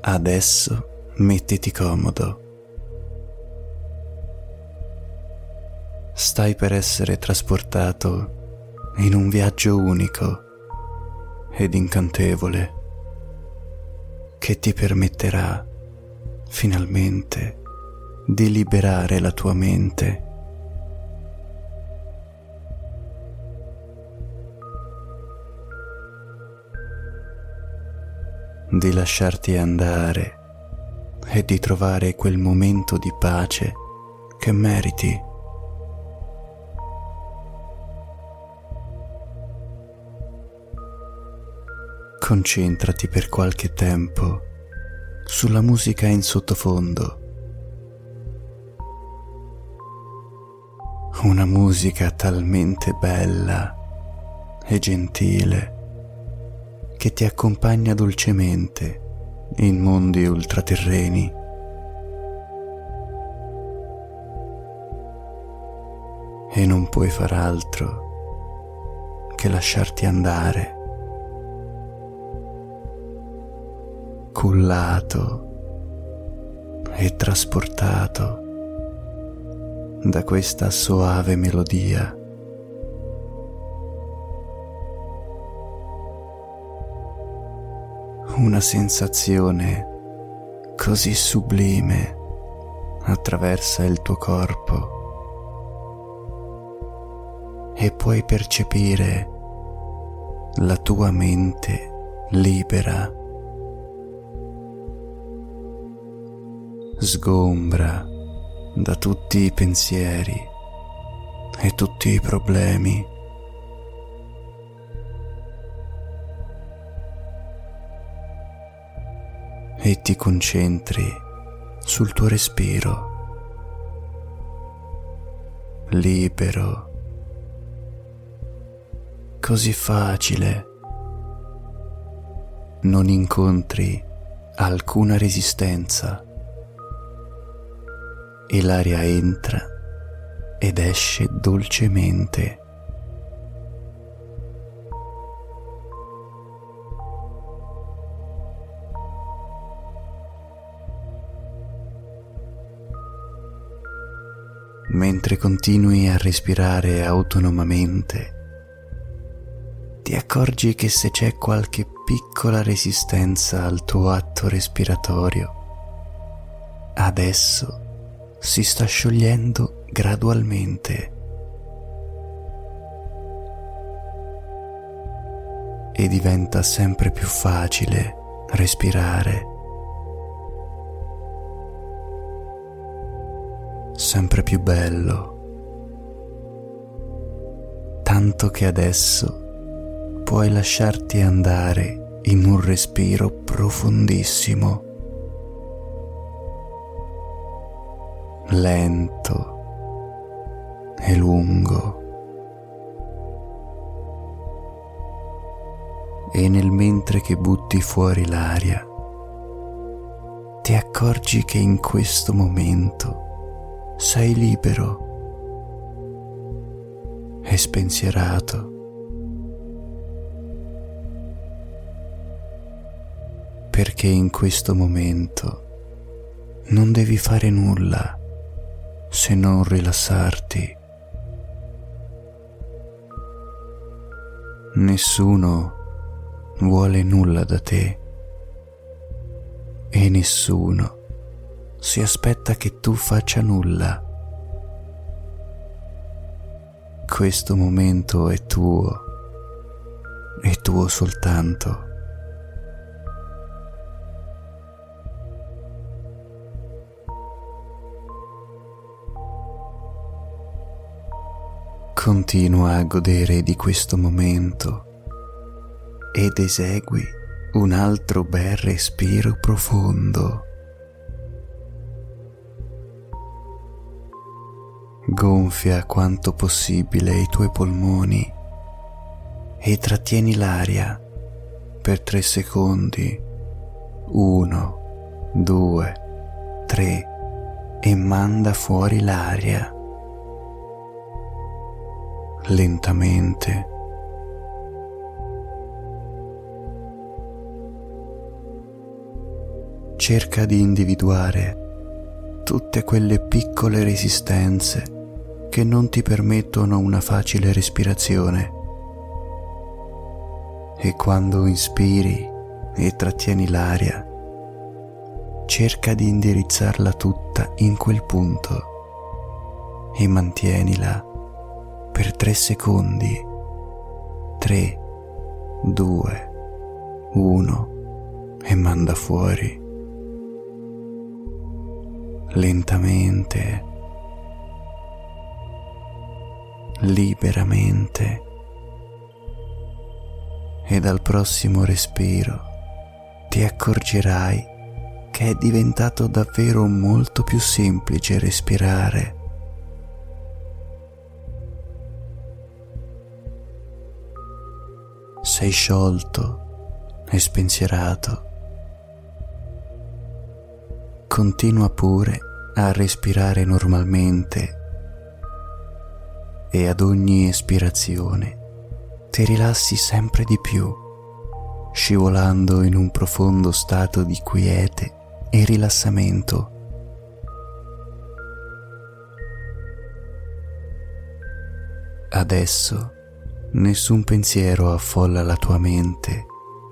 Adesso mettiti comodo. Stai per essere trasportato in un viaggio unico ed incantevole che ti permetterà finalmente di liberare la tua mente. Di lasciarti andare e di trovare quel momento di pace che meriti. Concentrati per qualche tempo sulla musica in sottofondo. Una musica talmente bella e gentile che ti accompagna dolcemente in mondi ultraterreni. E non puoi far altro che lasciarti andare, cullato e trasportato da questa soave melodia. Una sensazione così sublime attraversa il tuo corpo e puoi percepire la tua mente libera, sgombra da tutti i pensieri e tutti i problemi. E ti concentri sul tuo respiro, libero, così facile. Non incontri alcuna resistenza e l'aria entra ed esce dolcemente. Mentre continui a respirare autonomamente, ti accorgi che se c'è qualche piccola resistenza al tuo atto respiratorio, adesso si sta sciogliendo gradualmente e diventa sempre più facile respirare, sempre più bello, tanto che adesso puoi lasciarti andare in un respiro profondissimo, lento e lungo. E nel mentre che butti fuori l'aria, ti accorgi che in questo momento sei libero e spensierato, perché in questo momento non devi fare nulla se non rilassarti. Nessuno vuole nulla da te e nessuno si aspetta che tu faccia nulla. Questo momento è tuo soltanto. Continua a godere di questo momento ed esegui un altro bel respiro profondo. Gonfia quanto possibile i tuoi polmoni e trattieni l'aria per 3 secondi. 1, 2, 3 e manda fuori l'aria lentamente. cerca di individuare tutte quelle piccole resistenze che non ti permettono una facile respirazione. E quando inspiri e trattieni l'aria, cerca di indirizzarla tutta in quel punto e mantienila per 3 secondi. 3, 2, 1 e manda fuori. Lentamente, liberamente. E dal prossimo respiro ti accorgerai che è diventato davvero molto più semplice respirare. Sei sciolto e spensierato. Continua pure a respirare normalmente e ad ogni espirazione ti rilassi sempre di più, scivolando in un profondo stato di quiete e rilassamento. Adesso nessun pensiero affolla la tua mente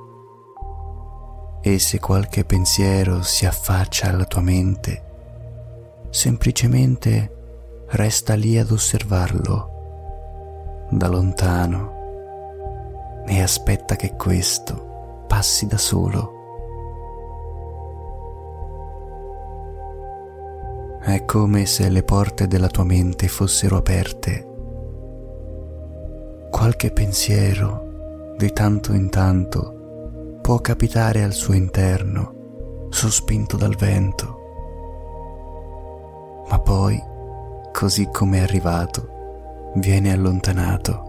e se qualche pensiero si affaccia alla tua mente, semplicemente resta lì ad osservarlo da lontano e aspetta che questo passi da solo. È come se le porte della tua mente fossero aperte. Qualche pensiero, di tanto in tanto, può capitare al suo interno, sospinto dal vento, ma poi, così come è arrivato, viene allontanato.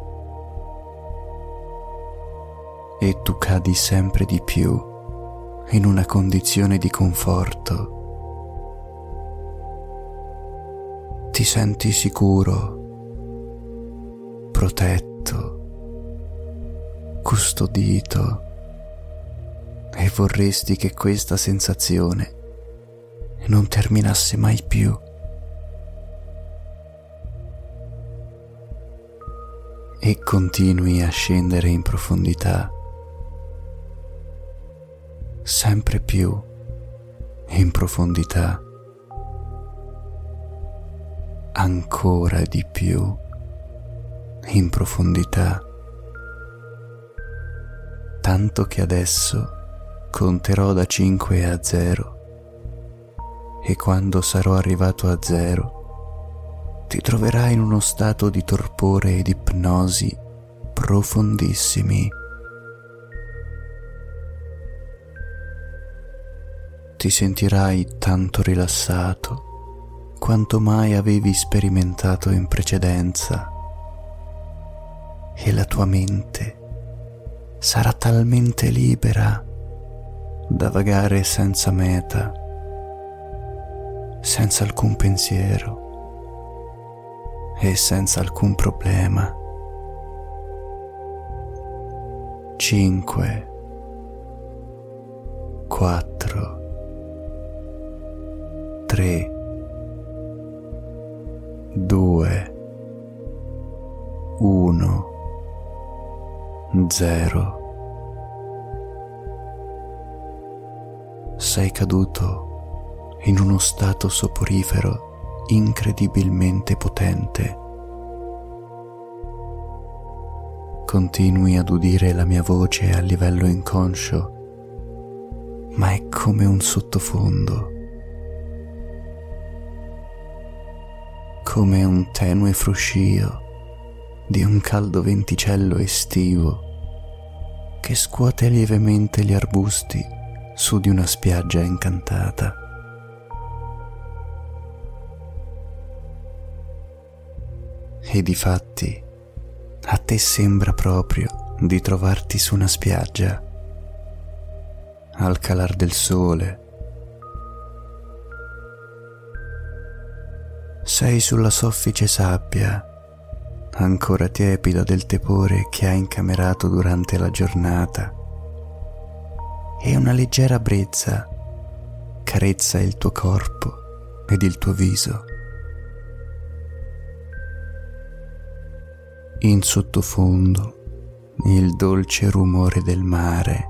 E tu cadi sempre di più in una condizione di conforto. Ti senti sicuro, protetto, custodito e vorresti che questa sensazione non terminasse mai più. E continui a scendere in profondità, sempre più in profondità, ancora di più in profondità, tanto che adesso conterò da 5 a 0 e quando sarò arrivato a 0 ti troverai in uno stato di torpore ed ipnosi profondissimi. Ti sentirai tanto rilassato quanto mai avevi sperimentato in precedenza e la tua mente sarà talmente libera da vagare senza meta, senza alcun pensiero e senza alcun problema. 5, 4, 3, 2, 1, 0. Sei caduto in uno stato soporifero incredibilmente potente. Continui ad udire la mia voce a livello inconscio, ma è come un sottofondo, come un tenue fruscio di un caldo venticello estivo che scuote lievemente gli arbusti su di una spiaggia incantata. E difatti, a te sembra proprio di trovarti su una spiaggia, al calar del sole. Sei sulla soffice sabbia, ancora tiepida del tepore che ha incamerato durante la giornata, e una leggera brezza accarezza il tuo corpo ed il tuo viso. In sottofondo il dolce rumore del mare.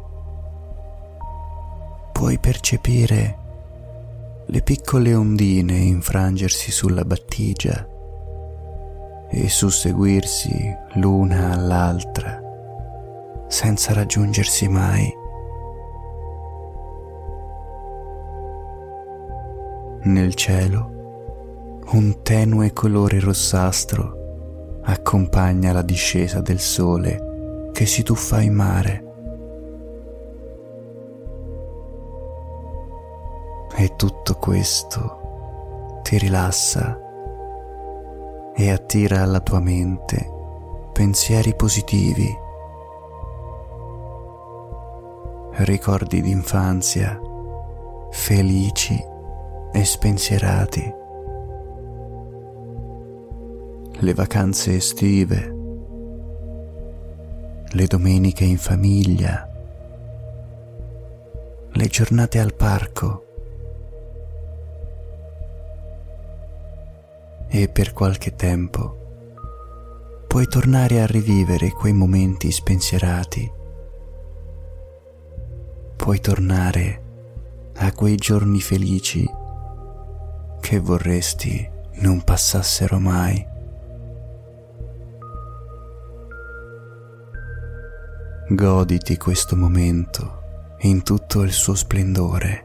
Puoi percepire le piccole ondine infrangersi sulla battigia e susseguirsi l'una all'altra senza raggiungersi mai. Nel cielo un tenue colore rossastro accompagna la discesa del sole che si tuffa in mare. E tutto questo ti rilassa e attira alla tua mente pensieri positivi, ricordi d'infanzia felici e spensierati, le vacanze estive, le domeniche in famiglia, le giornate al parco. E per qualche tempo puoi tornare a rivivere quei momenti spensierati. Puoi tornare a quei giorni felici che vorresti non passassero mai. Goditi questo momento in tutto il suo splendore.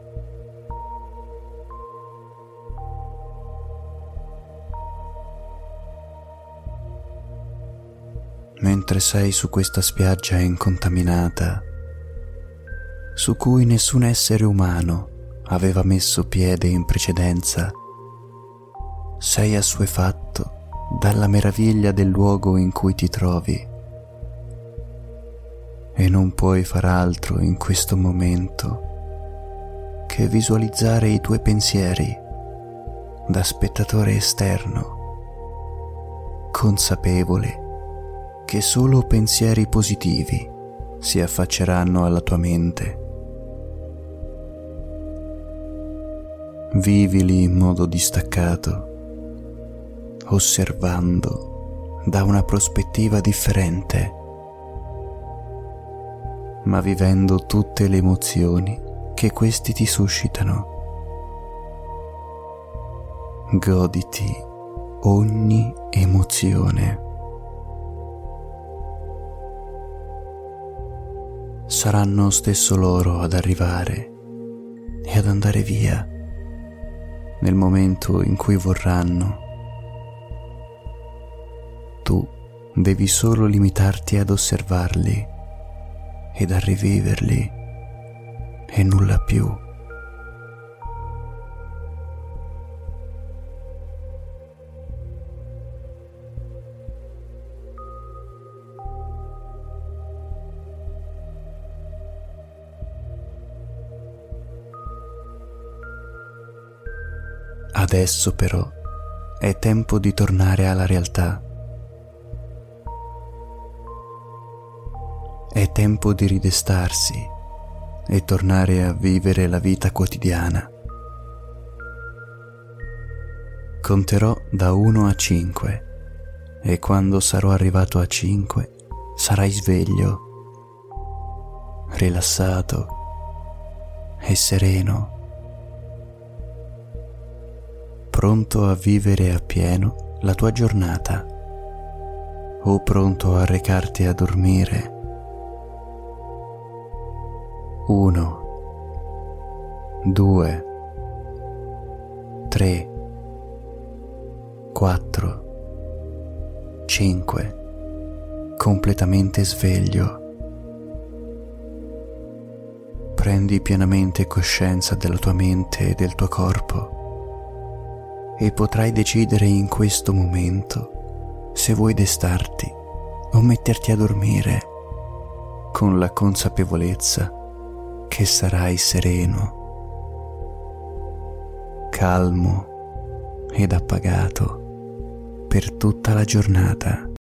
Mentre sei su questa spiaggia incontaminata, su cui nessun essere umano aveva messo piede in precedenza, sei assuefatto dalla meraviglia del luogo in cui ti trovi e non puoi far altro in questo momento che visualizzare i tuoi pensieri da spettatore esterno, consapevole che solo pensieri positivi si affacceranno alla tua mente. Vivili in modo distaccato, osservando da una prospettiva differente, ma vivendo tutte le emozioni che questi ti suscitano. Goditi ogni emozione. Saranno stesso loro ad arrivare e ad andare via nel momento in cui vorranno. Tu devi solo limitarti ad osservarli ed a riviverli e nulla più. Adesso però è tempo di tornare alla realtà. È tempo di ridestarsi e tornare a vivere la vita quotidiana. Conterò da 1 a 5 e quando sarò arrivato a 5 sarai sveglio, rilassato e sereno, pronto a vivere appieno la tua giornata o pronto a recarti a dormire. 1, 2, 3, 4, 5, completamente sveglio. Prendi pienamente coscienza della tua mente e del tuo corpo e potrai decidere in questo momento se vuoi destarti o metterti a dormire con la consapevolezza che sarai sereno, calmo ed appagato per tutta la giornata.